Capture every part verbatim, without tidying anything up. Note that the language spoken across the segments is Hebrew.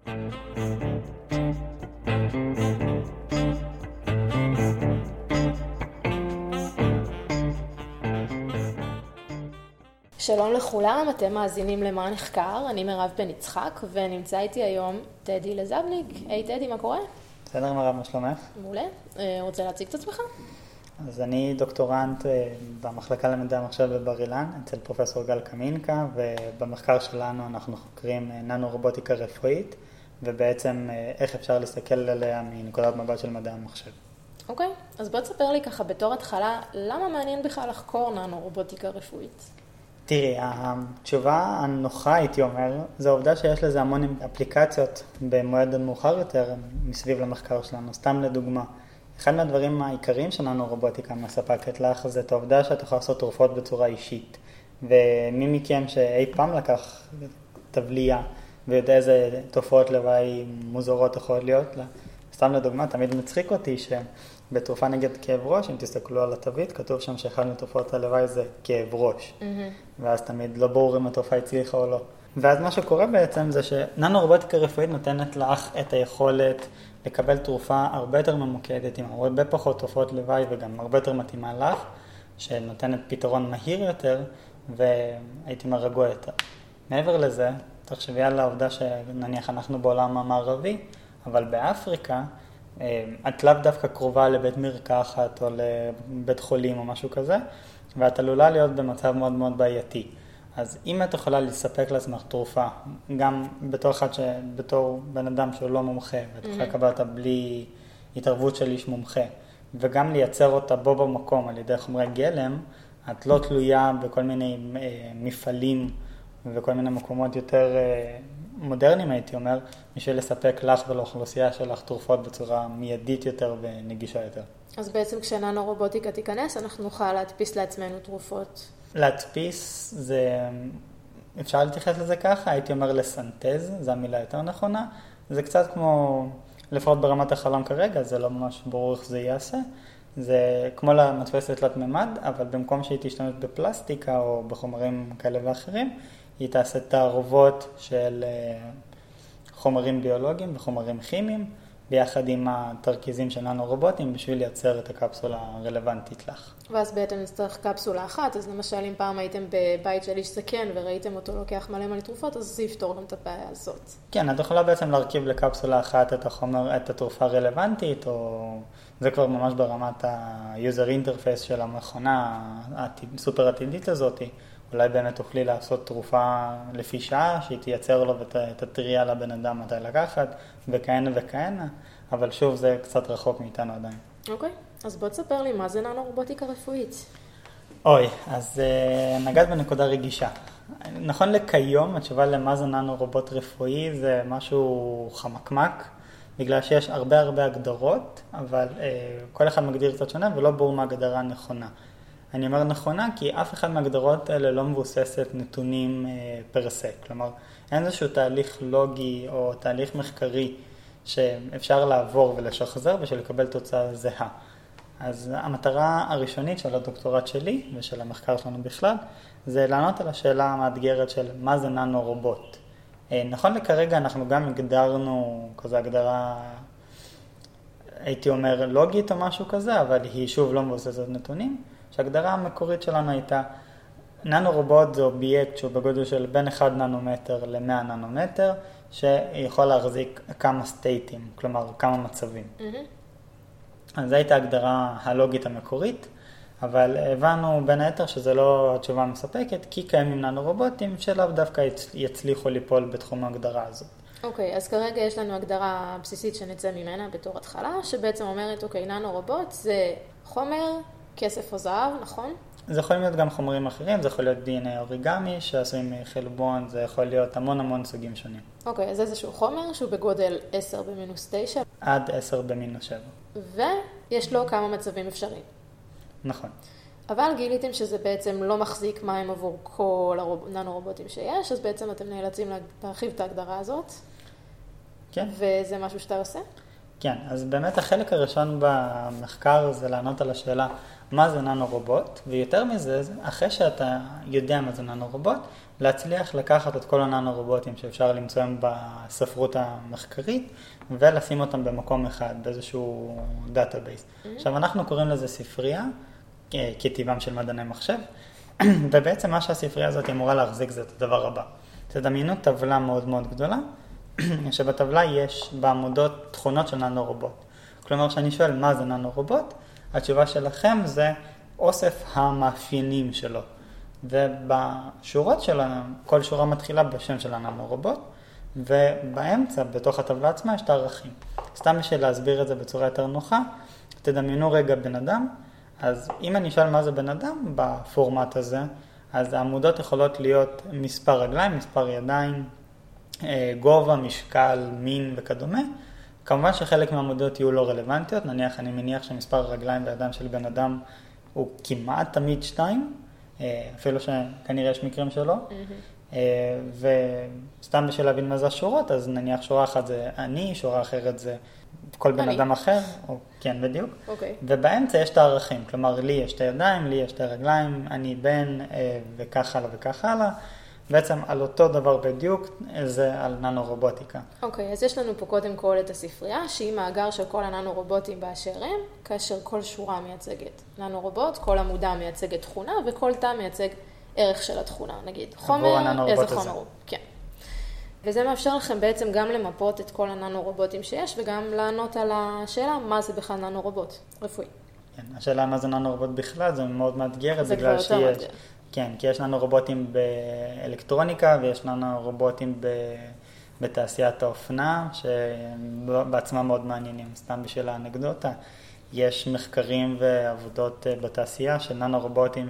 שלום לכולם, אתם מאזינים למה נחקר, אני מירב בן יצחק ונמצא איתי היום טדי לזבניק. היי טדי, מה קורה? בסדר מירב, מה שלומך? מעולה, רוצה להציג את עצמך? אז אני דוקטורנט במחלקה למדעי המחשב בבר אילן, אצל פרופסור גל קמינקה, ובמחקר שלנו אנחנו חוקרים ננו-רובוטיקה רפואית, ובעצם איך אפשר להסתכל עליה מנקודת מבט של מדעי המחשב. אוקיי, אז בוא תספר לי ככה בתור התחלה, למה מעניין בכלל לחקור ננו-רובוטיקה רפואית? תראי, התשובה הנוחה, הייתי אומר, זה העובדה שיש לזה המון אפליקציות במועד מאוחר יותר מסביב למחקר שלנו. סתם לדוגמה, אחד מהדברים העיקריים שננו-רובוטיקה מספקת לך זה את העובדה שאת יכולה לעשות תרופות בצורה אישית. ומי מכם שאי פעם לקח תבליה ויודע איזה תופעות לוואי מוזרות יכולות להיות לה. סתם לדוגמה, תמיד מצחיק אותי שבתרופה נגד כאב ראש, אם תסתכלו על התווית, כתוב שם שאחד מתופעות הלוואי זה כאב ראש. Mm-hmm. ואז תמיד לא ברור אם התרופה הצליחה או לא. ואז מה שקורה בעצם זה שננו-רובוטיקה רפואית נותנת לך את היכולת לקבל תרופה הרבה יותר ממוקדת, עם הרבה פחות תופעות לוואי וגם הרבה יותר מתאימה לך, שנותנת פתרון מהיר יותר והייתי מרגוע יותר. מעבר לזה, תחשבי על העובדה שנניח אנחנו בעולם המערבי, אבל באפריקה, את לאו דווקא קרובה לבית מרקחת או לבית חולים או משהו כזה, ואת עלולה להיות במצב מאוד מאוד בעייתי. אז אם את יכולה לספק לעצמך תרופה, גם בתור אחד ש... בתור בן אדם שהוא לא מומחה, ואת יכולה לקבל אותה בלי התערבות של איש מומחה, וגם לייצר אותה בו במקום על ידי חומרי גלם, את לא תלויה בכל מיני מפעלים וכל מיני מקומות יותר מודרניים, הייתי אומר, בשביל לספק לך ולאוכלוסייה שלך תרופות בצורה מיידית יותר ונגישה יותר. אז בעצם כשננו-רובוטיקה תיכנס, אנחנו נוכל להדפיס לעצמנו תרופות. להדפיס זה, אפשר להתייחס לזה ככה, הייתי אומר לסנטז, זו המילה יותר נכונה. זה קצת כמו, לפחות ברמת החלום כרגע, זה לא ממש ברור איך זה יעשה. זה כמו למדפסת תלת ממד, אבל במקום שהיא תשתמש בפלסטיקה או בחומרים כאלה ואחרים, היא תעשה תערובות של חומרים ביולוגיים וחומרים כימיים, ביחד עם התרכיזים של ננו-רובוטים, בשביל לייצר את הקפסולה הרלוונטית לך. ואז בעצם נצטרך קפסולה אחת, אז למשל אם פעם הייתם בבית של איש זקן וראיתם אותו לוקח מלא מלא תרופות, אז זה יפתור גם את הבעיה הזאת. כן, את יכולה בעצם להרכיב לקפסולה אחת את החומר, את התרופה הרלוונטית, או זה כבר ממש ברמת ה-user interface של המכונה הסופר עתידית הזאת. אולי באמת תוכלי לעשות תרופה לפי שעה, שהיא תייצר לו ותתריע לבן אדם מתי לקחת, וכהנה וכהנה, אבל שוב זה קצת רחוק מאיתנו עדיין. אוקיי, אז בוא תספר לי מה זה ננו-רובוטיקה רפואית. אוי, אז נגעת בנקודה רגישה. נכון לכיום, התשובה למה זה ננו-רובוט רפואי זה משהו חמקמק, בגלל שיש הרבה הרבה הגדרות, אבל כל אחד מגדיר קצת שונה ולא ברור מה הגדרה נכונה. אני אומר נכונה כי אף אחד מהגדרות האלה לא מבוססת נתונים פרסק. כלומר, אין איזשהו תהליך לוגי או תהליך מחקרי שאפשר לעבור ולשחזר בשביל לקבל תוצאה זהה. אז המטרה הראשונית של הדוקטורט שלי ושל המחקר שלנו בכלל, זה לענות על השאלה המאתגרת של מה זה ננו-רובוט. נכון לכרגע אנחנו גם הגדרנו כזו הגדרה, הייתי אומר לוגית או משהו כזה, אבל היא שוב לא מבוססת נתונים. שההגדרה המקורית שלנו הייתה, ננו-רובוט זה אובייקט שהוא בגודל של בין אחד ננומטר ל-מאה ננומטר, שיכול להחזיק כמה סטייטים, כלומר כמה מצבים. Mm-hmm. אז זו הייתה ההגדרה הלוגית המקורית, אבל הבנו בין היתר שזה לא התשובה מספקת, כי קיימים ננו-רובוטים שלאו דווקא יצליחו ליפול בתחום ההגדרה הזאת. אוקיי, okay, אז כרגע יש לנו הגדרה בסיסית שנצא ממנה בתור התחלה, שבעצם אומרת, אוקיי, ננו-רובוט זה חומר, כסף או זהב, נכון? זה יכול להיות גם חומרים אחרים, זה יכול להיות די אן איי אוריגמי, שעשויים מחלבון, זה יכול להיות המון המון סוגים שונים. אוקיי, okay, אז איזשהו חומר שהוא בגודל עשר במינוס תשע. עד עשר במינוס שבע. ויש לו כמה מצבים אפשריים. נכון. אבל גיליתם שזה בעצם לא מחזיק מים עבור כל הננו-רובוטים שיש, אז בעצם אתם נאלצים להרחיב את ההגדרה הזאת. כן. וזה משהו שאתה עושה? כן, אז באמת החלק הראשון במחקר זה לענות על השאלה מה זה ננו-רובוט, ויותר מזה, אחרי שאתה יודע מה זה ננו-רובוט, להצליח לקחת את כל הננו-רובוטים שאפשר למצוא הם בספרות המחקרית, ולשים אותם במקום אחד, באיזשהו דאטאבייס. Mm-hmm. עכשיו, אנחנו קוראים לזה ספרייה, כטבעם של מדעני מחשב, ובעצם מה שהספרייה הזאת אמורה להחזיק זה את הדבר הבא. תדמיינו טבלה מאוד מאוד גדולה, שבטבלה יש בעמודות תכונות של ננו-רובוט. כלומר, שאני שואל מה זה ננו-רובוט, התשובה שלכם זה אוסף המאפיינים שלו. ובשורות שלו, כל שורה מתחילה בשם של הננו-רובוט, ובאמצע, בתוך הטבלה עצמה, יש את הערכים. סתם בשביל להסביר את זה בצורה יותר נוחה, תדמיינו רגע בן אדם, אז אם אני שואל מה זה בן אדם בפורמט הזה, אז העמודות יכולות להיות מספר רגליים, מספר ידיים, גובה, משקל, מין וכדומה. כמובן שחלק מהעמודות יהיו לא רלוונטיות, נניח אני מניח שמספר הרגליים בידיים של בן אדם הוא כמעט תמיד שתיים, אפילו שכנראה יש מקרים שלא. Mm-hmm. וסתם בשביל להבין מה זה השורות, אז נניח שורה אחת זה אני, שורה אחרת זה כל בן אני. אדם אחר, או, כן בדיוק. אוקיי. ובאמצע יש את הערכים, כלומר לי יש שתי ידיים, לי יש שתי רגליים, אני בן וכך הלאה וכך הלאה. בעצם על אותו דבר בדיוק, זה על ננו-רובוטיקה. אוקיי, אז יש לנו פה קודם כל את הספרייה, שהיא מאגר של כל הננו-רובוטים באשר הם, כאשר כל שורה מייצגת ננו-רובוט, כל עמודה מייצגת תכונה, וכל תא מייצג ערך של התכונה, נגיד חומר, איזה חומר הוא. כן. וזה מאפשר לכם בעצם גם למפות את כל הננו-רובוטים שיש, וגם לענות על השאלה מה זה בכלל ננו-רובוט רפואי. כן, השאלה מה זה ננו-רובוט בכלל, זה מאוד מאתגר, זה כבר יותר מאתגר. כן, כי יש לנו רובוטים באלקטרוניקה ויש לנו רובוטים בתעשיית האופנה, שבעצמם מאוד מעניינים. סתם בשביל האנקדוטה, יש מחקרים ועבודות בתעשייה של ננו רובוטים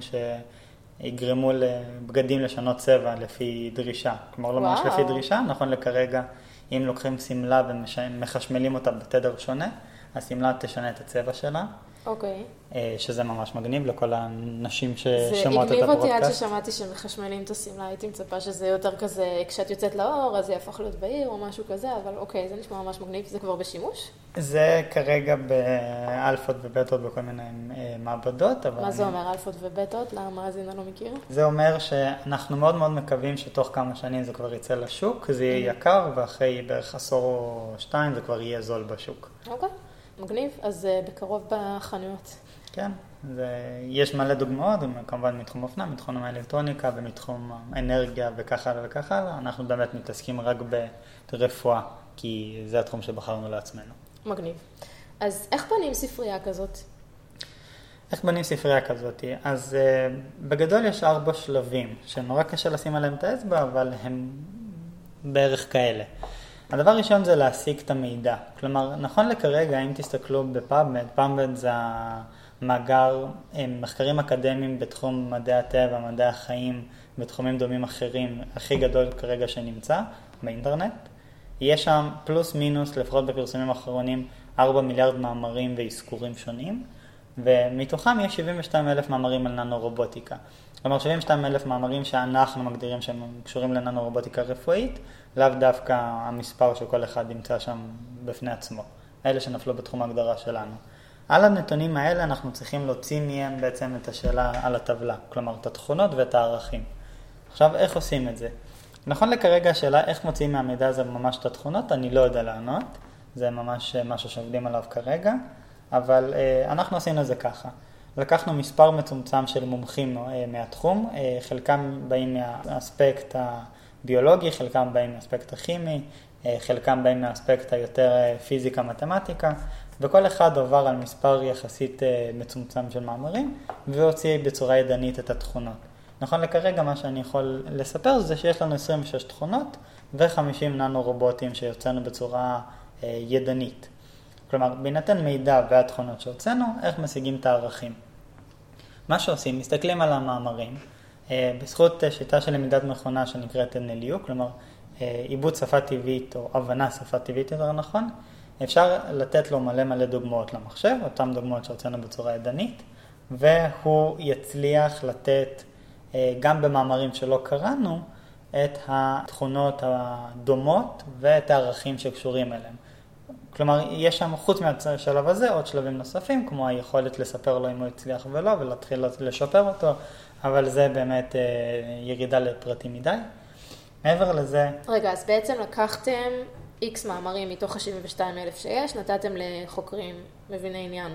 שיגרמו לבגדים לשנות צבע לפי דרישה. כלומר, לא ממש לפי דרישה, נכון לכרגע, אם לוקחים סמלה ומחשמלים אותה בתדר שונה, הסמלה תשנה את הצבע שלה. אוקיי. שזה ממש מגניב לכל האנשים ששמעות את הפרודקאסט. זה הגניב אותי עד ששמעתי שמחשמלים את הסמלה, הייתי מצפה שזה יותר כזה, כשאת יוצאת לאור, אז זה יהפוך להיות בהיר או משהו כזה, אבל אוקיי, זה נשמע ממש מגניב, זה כבר בשימוש? זה כרגע באלפות ובטות בכל מיני מעבדות, אבל... מה זה אומר אלפות ובטות? למה אז אני לא מכיר? זה אומר שאנחנו מאוד מאוד מקווים שתוך כמה שנים זה כבר יצא לשוק, זה יהיה יקר, ואחרי בערך עשור או שתיים זה כבר יהיה זול בשוק. אוקיי. מגניב, אז בקרוב בחנויות. כן, זה, יש מלא דוגמאות, כמובן מתחום אופנה, מתחום האלקטרוניקה ומתחום האנרגיה וכך הלאה וכך הלאה. אנחנו באמת מתעסקים רק ברפואה, כי זה התחום שבחרנו לעצמנו. מגניב. אז איך בונים ספרייה כזאת? איך בונים ספרייה כזאת? אז uh, בגדול יש ארבע שלבים, שנורא קשה לשים עליהם את האצבע, אבל הם בערך כאלה. הדבר הראשון זה להשיג את המידע. כלומר, נכון לכרגע, אם תסתכלו בפאבמד, פאבמד זה המאגר, מחקרים אקדמיים בתחום מדעי הטבע, מדעי החיים, בתחומים דומים אחרים, הכי גדול כרגע שנמצא באינטרנט. יש שם פלוס מינוס, לפחות בפרסומים האחרונים, ארבעה מיליארד מאמרים ואזכורים שונים, ומתוכם יש שבעים ושתיים אלף מאמרים על ננו-רובוטיקה. כלומר, שבעים ושתיים אלף מאמרים שאנחנו מגדירים שהם קשורים לננו-רובוטיקה רפואית, לאו דווקא המספר שכל אחד ימצא שם בפני עצמו, אלה שנפלו בתחום ההגדרה שלנו. על הנתונים האלה אנחנו צריכים להוציא מהם בעצם את השאלה על הטבלה, כלומר את התכונות ואת הערכים. עכשיו, איך עושים את זה? נכון לכרגע השאלה איך מוציאים מהמידע הזה ממש את התכונות, אני לא יודע לענות, זה ממש משהו שעובדים עליו כרגע, אבל אה, אנחנו עשינו זה ככה. לקחנו מספר מצומצם של מומחים אה, מהתחום, אה, חלקם באים מהאספקט הביולוגי, חלקם באים מהאספקט הכימי, אה, חלקם באים מהאספקט היותר אה, פיזיקה, מתמטיקה, וכל אחד עובר על מספר יחסית אה, מצומצם של מאמרים, והוציא בצורה ידנית את התכונות. נכון לכרגע מה שאני יכול לספר זה שיש לנו עשרים ושש תכונות ו-חמישים ננו רובוטים שיוצאנו בצורה אה, ידנית. כלומר, בהינתן מידע והתכונות שהוצאנו, איך משיגים את הערכים. מה שעושים, מסתכלים על המאמרים, אה, בזכות שיטה של למידת מכונה שנקראת אן אל יו, כלומר, אה, עיבוד שפה טבעית או הבנה שפה טבעית יותר נכון, אפשר לתת לו מלא מלא דוגמאות למחשב, אותם דוגמאות שהוצאנו בצורה ידנית, והוא יצליח לתת גם במאמרים שלא קראנו, את התכונות הדומות ואת הערכים שקשורים אליהם. כלומר, יש שם חוץ מהשלב הזה עוד שלבים נוספים, כמו היכולת לספר לו אם הוא הצליח ולא, ולהתחיל לשפר אותו, אבל זה באמת אה, ירידה לפרטים מדי. מעבר לזה... רגע, אז בעצם לקחתם X מאמרים מתוך ה-שבעים ושתיים אלף שיש, נתתם לחוקרים מביני עניין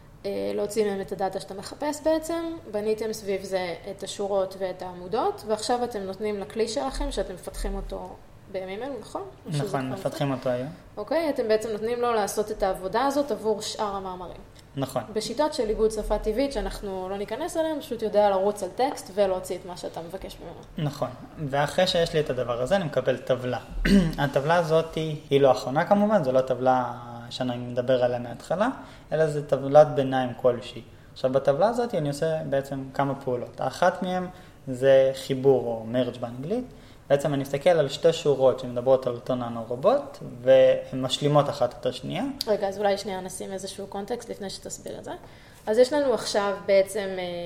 להוציא מהם את הדאטה שאתה מחפש בעצם, בניתם סביב זה את השורות ואת העמודות, ועכשיו אתם נותנים לכלי שלכם שאתם מפתחים אותו בימים אלו, נכון? נכון, מפתחים אותו היום. אוקיי, אתם בעצם נותנים לו לעשות את העבודה הזאת עבור שאר המאמרים. נכון. בשיטות של עיבוד שפה טבעית שאנחנו לא ניכנס אליהם, פשוט יודע לרוץ על טקסט ולהוציא את מה שאתה מבקש ממנו. נכון, ואחרי שיש לי את הדבר הזה אני מקבל טבלה. הטבלה הזאת היא לא אחרונה כמובן, זו לא טבלה שאני מדבר עליה מההתחלה, אלא זו טבלת ביניים כלשהי. עכשיו בטבלה הזאת אני עושה בעצם כמה פעולות. האחת מהן זה חיבור או מרג' באנגלית. בעצם אני מסתכל על שתי שורות שמדברות על אותו ננו רובוט, והן משלימות אחת את השנייה. רגע, אז אולי שנייה נשים איזשהו קונטקסט לפני שתסביר את זה. אז יש לנו עכשיו בעצם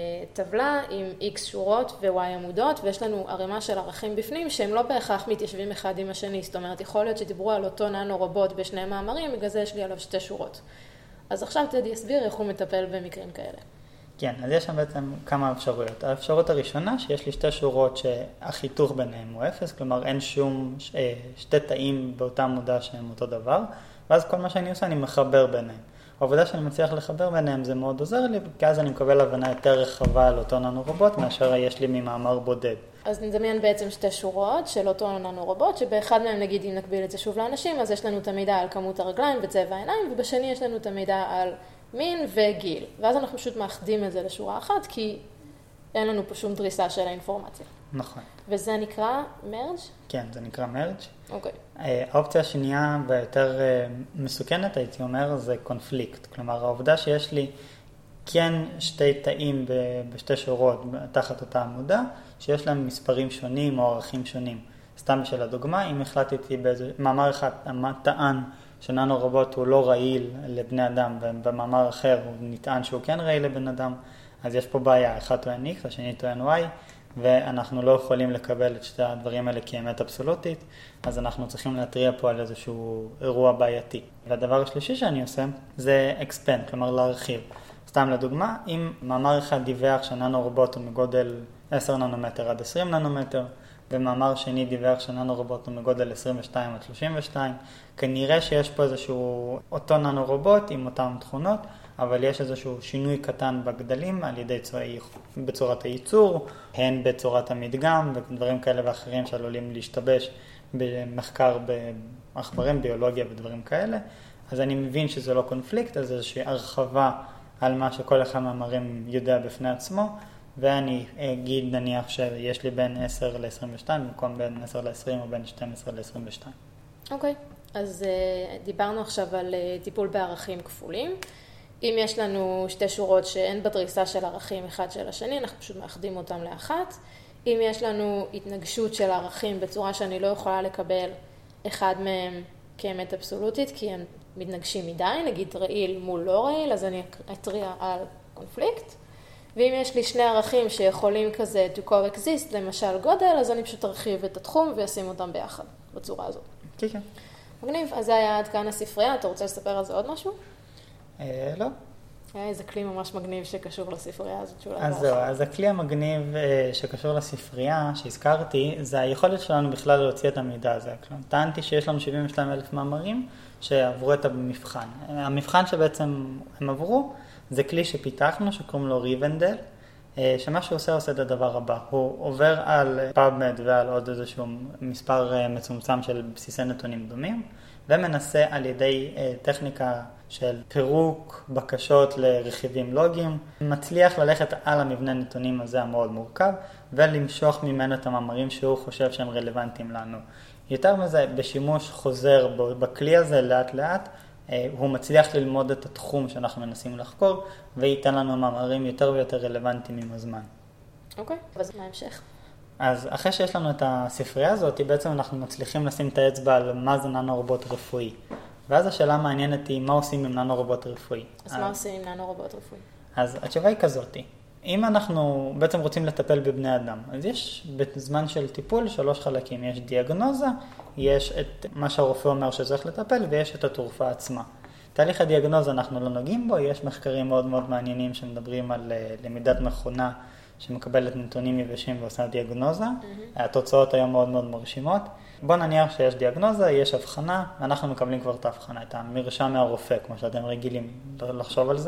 טבלה עם X שורות ו-Y עמודות, ויש לנו ערימה של ערכים בפנים שהם לא בהכרח מתיישבים אחד עם השני. זאת אומרת, יכול להיות שדיברו על אותו ננו רובוט בשני מאמרים, בגלל זה יש לי עליו שתי שורות. אז עכשיו תדי יסביר איך הוא מטפל במקרים כאלה. כן, אז יש שם בעצם כמה אפשרויות. האפשרות הראשונה, שיש לי שתי שורות שהחיתוך ביניהם הוא אפס, כלומר אין שום שתי תאים באותה עמודה שהם אותו דבר, ואז כל מה שאני עושה אני מחבר ביניהם. העובדה שאני מצליח לחבר ביניהם זה מאוד עוזר לי, כי אז אני מקבל הבנה יותר רחבה על אותו ננו רובוט, מאשר יש לי ממאמר בודד. אז נדמיין בעצם שתי שורות של אותו ננו רובוט, שבאחד מהם נגיד אם נקביל את זה שוב לאנשים, אז יש לנו את המידע על כמות הרגליים וצבע העיניים, ובשני יש לנו את המידע על מין וגיל. ואז אנחנו פשוט מאחדים את זה לשורה אחת, כי אין לנו פה שום דריסה של האינפורמציה. נכון. וזה נקרא מרג'? כן, זה נקרא מרג'. אוקיי. האופציה השנייה והיותר מסוכנת, הייתי אומר, זה קונפליקט. כלומר, העובדה שיש לי כן שתי תאים בשתי שורות תחת אותה עמודה, שיש להם מספרים שונים או ערכים שונים. סתם בשביל הדוגמה, אם החלטתי במאמר אחד, טען שננו רובוט הוא לא רעיל לבני אדם, ובמאמר אחר הוא נטען שהוא כן רעיל לבן אדם, אז יש פה בעיה, אחד טוען X, השני טוען Y, ואנחנו לא יכולים לקבל את שתי הדברים האלה כאמת אבסולוטית, אז אנחנו צריכים להתריע פה על איזשהו אירוע בעייתי. והדבר השלישי שאני עושה זה expand, כלומר להרחיב. סתם לדוגמה, אם מאמר אחד דיווח שננו רובוט הוא מגודל עשרה ננומטר עד עשרים ננומטר, ומאמר שני דיווח שננו רובוט הוא מגודל עשרים ושתיים עד שלושים ושתיים, כנראה שיש פה איזשהו אותו ננו רובוט עם אותן תכונות, אבל יש איזשהו שינוי קטן בגדלים על ידי בצורת הייצור, הן בצורת המדגם ודברים כאלה ואחרים שעלולים להשתבש במחקר בעכברים, ביולוגיה ודברים כאלה. אז אני מבין שזה לא קונפליקט, אז איזושהי הרחבה על מה שכל אחד מהמאמרים יודע בפני עצמו, ואני אגיד נניח שיש לי בין עשר ל-עשרים ושתיים במקום בין עשר ל-עשרים או בין שתים עשרה ל-עשרים ושתיים. אוקיי, אז דיברנו עכשיו על טיפול בערכים כפולים. אם יש לנו שתי שורות שאין בדריסה של ערכים אחד של השני, אנחנו פשוט מאחדים אותם לאחת. אם יש לנו התנגשות של ערכים בצורה שאני לא יכולה לקבל אחד מהם כאמת אבסולוטית, כי הם מתנגשים מדי, נגיד רעיל מול לא רעיל, אז אני אתריע על קונפליקט. ואם יש לי שני ערכים שיכולים כזה to coexist, למשל גודל, אז אני פשוט ארחיב את התחום ואשים אותם ביחד בצורה הזאת. כן, כן. מגניב, אז זה היה עד כאן הספרייה. אתה רוצה לספר על זה עוד משהו? אה, לא. היה איזה כלי ממש מגניב שקשור לספרייה הזאת שאולי... אז זהו, אז הכלי המגניב שקשור לספרייה שהזכרתי, זה היכולת שלנו בכלל להוציא את המידע הזה. כלומר, טענתי שיש לנו שבעים ושתיים אלף מאמרים שעברו את המבחן. המבחן שבעצם הם עברו, זה כלי שפיתחנו שקוראים לו ריבנדל, שמה שהוא עושה עושה את הדבר הבא. הוא עובר על פאבמד ועל עוד איזשהו מספר מצומצם של בסיסי נתונים דומים, ומנסה על ידי טכניקה של פירוק בקשות לרכיבים לוגיים, מצליח ללכת על המבנה נתונים הזה המאוד מורכב, ולמשוך ממנו את המאמרים שהוא חושב שהם רלוונטיים לנו. יותר מזה, בשימוש חוזר בכלי הזה לאט לאט, הוא מצליח ללמוד את התחום שאנחנו מנסים לחקור, וייתן לנו מאמרים יותר ויותר רלוונטיים עם הזמן. אוקיי, אז מה ההמשך? אז אחרי שיש לנו את הספרייה הזאת, בעצם אנחנו מצליחים לשים את האצבע על מה זה ננו רובוט רפואי. ואז השאלה המעניינת היא מה עושים עם ננו רובוט רפואי. אז מה עושים עם ננו רובוט רפואי? אז התשובה היא כזאת. אם אנחנו בעצם רוצים לטפל בבני אדם, אז יש בזמן של טיפול שלוש חלקים. יש דיאגנוזה, יש את מה שהרופא אומר שצריך לטפל, ויש את התרופה עצמה. תהליך הדיאגנוזה אנחנו לא נוגעים בו, יש מחקרים מאוד מאוד מעניינים שמדברים על למידת מכונה שמקבלת נתונים יבשים ועושה דיאגנוזה. Mm-hmm. התוצאות היום מאוד מאוד מרשימות. בוא נניח שיש דיאגנוזה, יש הבחנה, ואנחנו מקבלים כבר את ההבחנה, את המרשם מהרופא, כמו שאתם רגילים לחשוב על זה.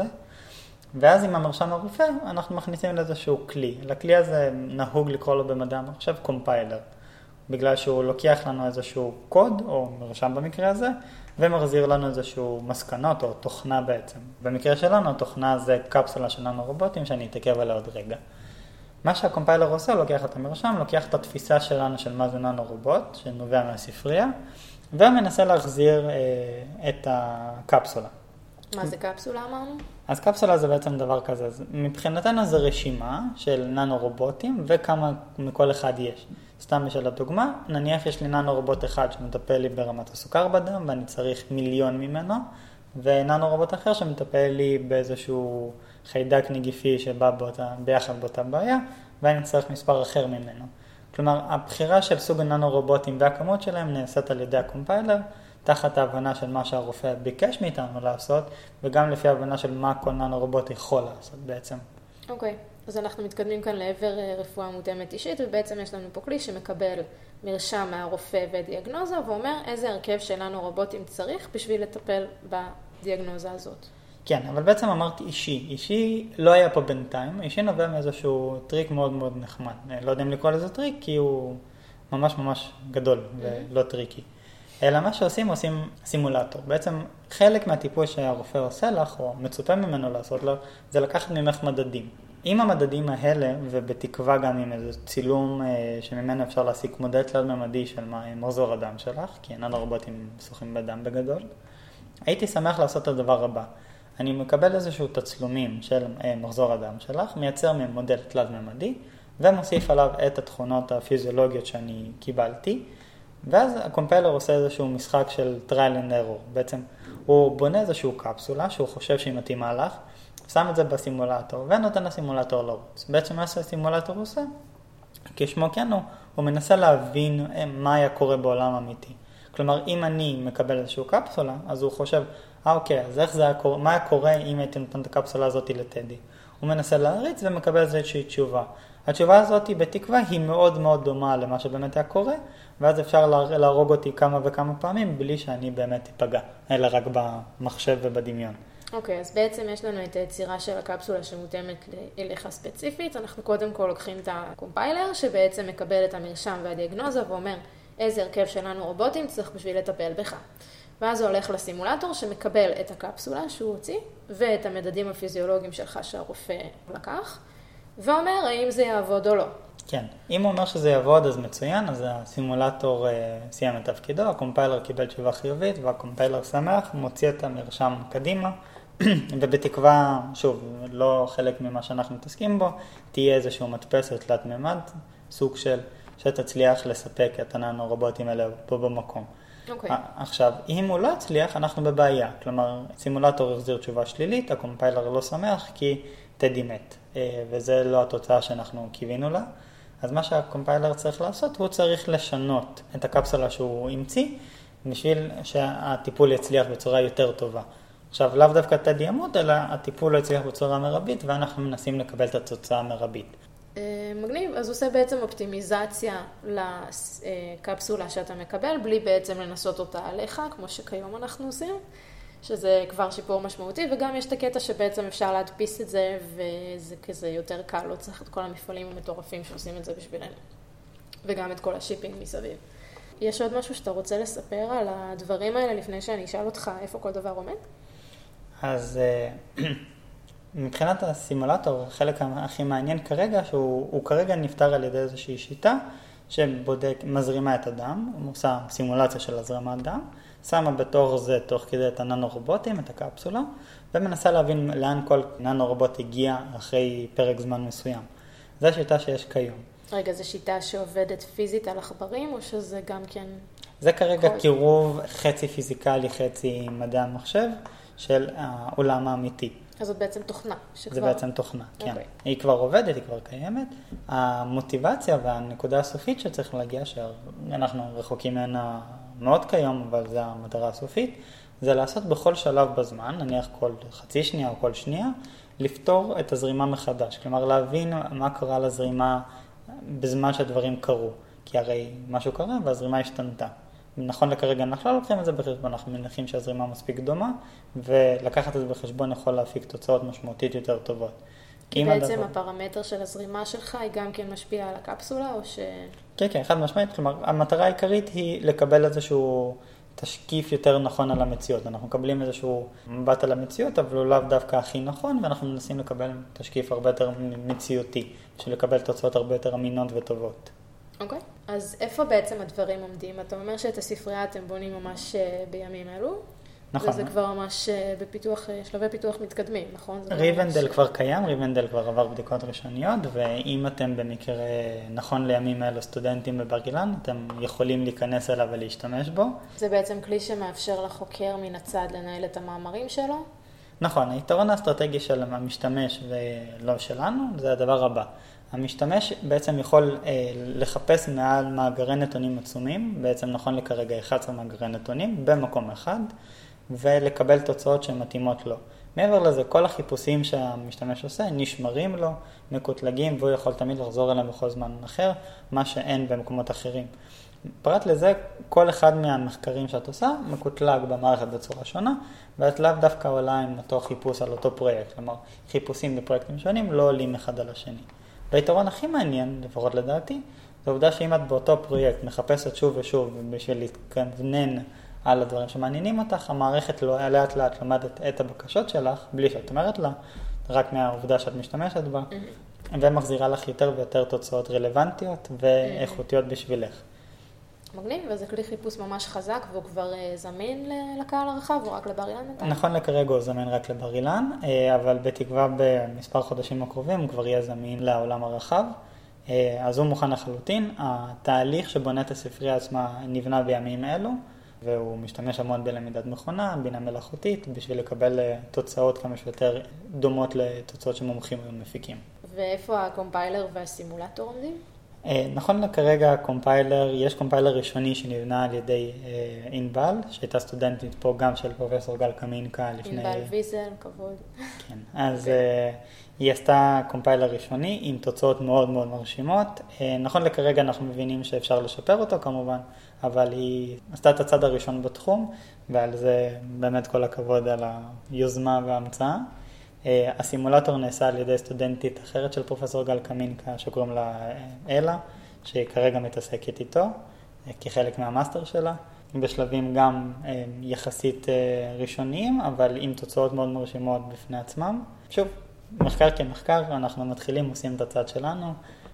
ואז עם המרשם הרופא אנחנו מכניסים לאיזשהו כלי. לכלי הזה נהוג לקרוא לו במדע המחשב קומפיילר, בגלל שהוא לוקח לנו איזשהו קוד, או מרשם במקרה הזה, ומחזיר לנו איזשהו מסקנות או תוכנה בעצם. במקרה שלנו התוכנה זה קפסולה של ננו-רובוטים שאני אתעכב עליה עוד רגע. מה שהקומפיילר עושה, הוא לוקח את המרשם, לוקח את התפיסה שלנו של מה זה ננו-רובוט, שנובע מהספרייה, ומנסה להחזיר אה, את הקפסולה. מה זה קפסולה אמרנו? אז קפסולה זה בעצם דבר כזה. אז מבחינתנו זה רשימה של ננו-רובוטים וכמה מכל אחד יש. סתם בשביל הדוגמה, נניח יש לי ננו-רובוט אחד שמטפל לי ברמת הסוכר בדם ואני צריך מיליון ממנו, וננו-רובוט אחר שמטפל לי באיזשהו חיידק נגיפי שבא באותה, ביחד באותה בעיה, ואני צריך מספר אחר ממנו. כלומר, הבחירה של סוג הננו-רובוטים והכמות שלהם נעשית על ידי הקומפיילר, תחת ההבנה של מה שהרופא ביקש מאיתנו לעשות, וגם לפי ההבנה של מה כל ננו-רובוט יכול לעשות בעצם. אוקיי, okay. אז אנחנו מתקדמים כאן לעבר רפואה מותאמת אישית, ובעצם יש לנו פה כלי שמקבל מרשם מהרופא ודיאגנוזה, ואומר איזה הרכב של ננו-רובוטים צריך בשביל לטפל בדיאגנוזה הזאת. כן, אבל בעצם אמרתי אישי. אישי לא היה פה בינתיים, אישי נובע מאיזשהו טריק מאוד מאוד נחמד. לא יודע אם לקרוא לזה טריק, כי הוא ממש ממש גדול ולא טריקי. אלא מה שעושים, עושים סימולטור. בעצם חלק מהטיפול שהרופא עושה לך, או מצופה ממנו לעשות לו, זה לקחת ממך מדדים. עם המדדים האלה, ובתקווה גם עם איזה צילום שממנו אפשר להסיק מודל תלת-ממדי של מחזור הדם שלך, כי אינן הרובוטים שוחים בדם בגדול, הייתי שמח לעשות את הדבר הבא. אני מקבל איזשהו תצלומים של מחזור הדם שלך, מייצר ממודל תלת-ממדי, ומוסיף עליו את התכונות הפיזיולוגיות שאני קיבלתי, ואז הקומפיילר עושה איזשהו משחק של trial and error. בעצם הוא בונה איזשהו קפסולה שהוא חושב שהיא מתאימה לך, שם את זה בסימולטור ונותן לסימולטור לרוץ. בעצם מה שהסימולטור עושה, כשמו כן הוא, הוא מנסה להבין מה היה קורה בעולם אמיתי. כלומר, אם אני מקבל איזשהו קפסולה, אז הוא חושב, אה אוקיי, אז איך זה היה קורה, מה היה קורה אם הייתי נותן את הקפסולה הזאת לטדי? הוא מנסה להריץ ומקבל איזושהי תשובה. התשובה הזאת בתקווה היא מאוד מאוד דומה למה שבאמת היה קורה, ואז אפשר להרוג אותי כמה וכמה פעמים בלי שאני באמת אפגע, אלא רק במחשב ובדמיון. אוקיי, okay, אז בעצם יש לנו את היצירה של הקפסולה שמותאמת אליך ספציפית. אנחנו קודם כל לוקחים את הקומפיילר שבעצם מקבל את המרשם והדיאגנוזה ואומר איזה הרכב שלנו רובוטים צריך בשביל לטפל בך. ואז הוא הולך לסימולטור שמקבל את הקפסולה שהוא הוציא ואת המדדים הפיזיולוגיים שלך שהרופא לקח, ואומר האם זה יעבוד או לא. כן, אם הוא אומר שזה יעבוד אז מצוין, אז הסימולטור אה, סיים את תפקידו, הקומפיילר קיבל תשובה חיובית והקומפיילר שמח, מוציא את המרשם קדימה, ובתקווה, שוב, לא חלק ממה שאנחנו מתעסקים בו, תהיה איזשהו מדפסת תלת ממד, סוג של שתצליח לספק את הננו-רובוטים האלה פה במקום. Okay. עכשיו, אם הוא לא הצליח, אנחנו בבעיה. כלומר, סימולטור החזיר תשובה שלילית, הקומפיילר לא שמח כי טדי מת, וזה לא התוצאה שאנחנו קיווינו לה. אז מה שהקומפיילר צריך לעשות, הוא צריך לשנות את הקפסולה שהוא המציא, בשביל שהטיפול יצליח בצורה יותר טובה. עכשיו, לאו דווקא טדי ימות, אלא הטיפול לא יצליח בצורה מרבית, ואנחנו מנסים לקבל את התוצאה המרבית. מגניב, אז עושה בעצם אופטימיזציה לקפסולה שאתה מקבל, בלי בעצם לנסות אותה עליך, כמו שכיום אנחנו עושים, שזה כבר שיפור משמעותי, וגם יש את הקטע שבעצם אפשר להדפיס את זה, וזה כזה יותר קל, לא צריך את כל המפעלים המטורפים שעושים את זה בשבילנו, וגם את כל השיפינג מסביב. יש עוד משהו שאתה רוצה לספר על הדברים האלה, לפני שאני אשאל אותך איפה כל דבר עומד? אז מבחינת הסימולטור, החלק הכי מעניין כרגע, שהוא כרגע נפתר על ידי איזושהי שיטה, שבודק, מזרימה את הדם, עושה סימולציה של הזרמת דם, שמה בתוך זה, תוך כדי את הננו-רובוטים, את הקפסולה, ומנסה להבין לאן כל ננו-רובוט הגיע אחרי פרק זמן מסוים. זו השיטה שיש כיום. רגע, זו שיטה שעובדת פיזית על עכברים, או שזה גם כן... זה כרגע כל... קירוב חצי פיזיקלי, חצי מדעי המחשב, של העולם האמיתי. אז זאת בעצם תוכנה. שכבר... זה בעצם תוכנה, כן. Okay. היא כבר עובדת, היא כבר קיימת. המוטיבציה והנקודה הסופית שצריך להגיע, שאנחנו רחוקים ממנה מאוד כיום, אבל זה המטרה הסופית, זה לעשות בכל שלב בזמן, נניח כל חצי שנייה או כל שנייה, לפתור את הזרימה מחדש. כלומר, להבין מה קרה לזרימה בזמן שהדברים קרו. כי הרי משהו קרה והזרימה השתנתה. נכון לכרגע אנחנו לא לוקחים את זה בחשבון, אנחנו מניחים שהזרימה מספיק דומה, ולקחת את זה בחשבון יכול להפיק תוצאות משמעותית יותר טובות. כי בעצם הדבר... הפרמטר של הזרימה שלך היא גם כן משפיעה על הקפסולה, או ש... כן, כן, אחד משמעית. כלומר, המטרה העיקרית היא לקבל איזשהו תשקיף יותר נכון על המציאות. אנחנו מקבלים איזשהו מבט על המציאות, אבל הוא לאו דווקא הכי נכון, ואנחנו מנסים לקבל תשקיף הרבה יותר מציאותי, בשביל לקבל תוצאות הרבה יותר אמינות וטובות. אוקיי. Okay. אז איפה בעצם הדברים עומדים? אתה אומר שאת הספרייה אתם בונים ממש בימים אלו? נכון. וזה כבר ממש בפיתוח, שלבי פיתוח מתקדמים, נכון? ריבנדל ממש... כבר קיים, ריבנדל כבר עבר בדיקות ראשוניות, ואם אתם במקרה נכון לימים אלו סטודנטים בבר אילן, אתם יכולים להיכנס אליו ולהשתמש בו. זה בעצם כלי שמאפשר לחוקר מן הצד לנהל את המאמרים שלו? נכון, היתרון האסטרטגי של המשתמש ולא שלנו, זה הדבר הבא. המשתמש בעצם יכול אה, לחפש מעל מאגרי נתונים עצומים, בעצם נכון לכרגע אחד עשר מאגרי נתונים, במקום אחד, ולקבל תוצאות שמתאימות לו. מעבר לזה, כל החיפושים שהמשתמש עושה נשמרים לו, מקוטלגים, והוא יכול תמיד לחזור אליהם בכל זמן אחר, מה שאין במקומות אחרים. פרט לזה, כל אחד מהמחקרים שאת עושה מקוטלג במערכת בצורה שונה, ואת לאו דווקא עולה עם אותו חיפוש על אותו פרויקט. כלומר, חיפושים בפרויקטים שונים לא עולים אחד על השני. והיתרון הכי מעניין, לפחות לדעתי, זה העובדה שאם את באותו פרויקט מחפשת שוב ושוב בשביל להתכוונן על הדברים שמעניינים אותך, המערכת לאט לאט לומדת את הבקשות שלך, בלי שאת אומרת לה, רק מהעובדה שאת משתמשת בה, mm-hmm. ומחזירה לך יותר ויותר תוצאות רלוונטיות ואיכותיות mm-hmm. בשבילך. מגניב, וזה כלי חיפוש ממש חזק, והוא כבר זמין לקהל הרחב, או רק לבר אילן? נכון, לכרגע הוא זמין רק לבר אילן, אבל בתקווה במספר חודשים הקרובים הוא כבר יהיה זמין לעולם הרחב. אז הוא מוכן לחלוטין. התהליך שבונה את הספרייה עצמה נבנה בימים אלו, והוא משתמש המון בלמידת מכונה, בינה מלאכותית, בשביל לקבל תוצאות כמה שיותר דומות לתוצאות שמומחים ומפיקים. ואיפה הקומפיילר והסימולטור עומדים? נכון לכרגע הקומפיילר, יש קומפיילר ראשוני שנבנה על ידי אינבל, שהייתה סטודנטית פה גם של פרופסור גל קמינקה לפני... אינבל ויזל, כבוד. כן, אז היא עשתה קומפיילר ראשוני עם תוצאות מאוד מאוד מרשימות. נכון לכרגע אנחנו מבינים שאפשר לשפר אותו כמובן, אבל היא עשתה את הצד הראשון בתחום, ועל זה באמת כל הכבוד על היוזמה וההמצאה. הסימולטור נעשה על ידי סטודנטית אחרת של פרופסור גל קמינקה, שקוראים לה אלה, שהיא כרגע מתעסקת איתו, כחלק מהמאסטר שלה, בשלבים גם יחסית ראשוניים, אבל עם תוצאות מאוד מרשימות בפני עצמם. שוב, מחקר כמחקר, אנחנו מתחילים, עושים את הצד שלנו,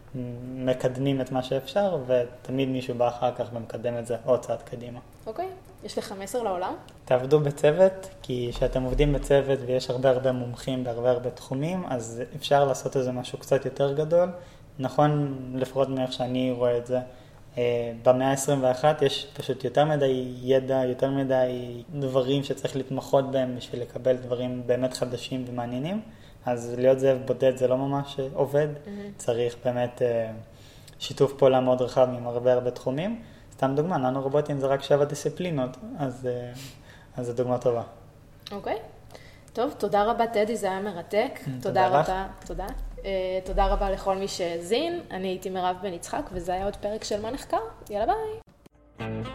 מקדמים את מה שאפשר, ותמיד מישהו בא אחר כך ומקדם את זה עוד צעד קדימה. אוקיי, יש לך מסר לעולם? תעבדו בצוות, כי כשאתם עובדים בצוות ויש הרבה הרבה מומחים בהרבה הרבה תחומים, אז אפשר לעשות איזה משהו קצת יותר גדול. נכון, לפחות מאיך שאני רואה את זה, במאה ה-עשרים ואחת יש פשוט יותר מדי ידע, יותר מדי דברים שצריך להתמחות בהם בשביל לקבל דברים באמת חדשים ומעניינים. אז להיות זאב בודד זה לא ממש עובד, mm-hmm. צריך באמת שיתוף פעולה מאוד רחב עם הרבה הרבה תחומים. סתם דוגמה, ננו רובוטים זה רק שבע דיסציפלינות, אז, אז זו דוגמה טובה. אוקיי, טוב, תודה רבה טדי, זה היה מרתק. תודה, תודה לך. רבה, תודה. Uh, תודה רבה לכל מי שהזין, אני הייתי מירב בן יצחק, וזה היה עוד פרק של מה נחקר. יאללה ביי.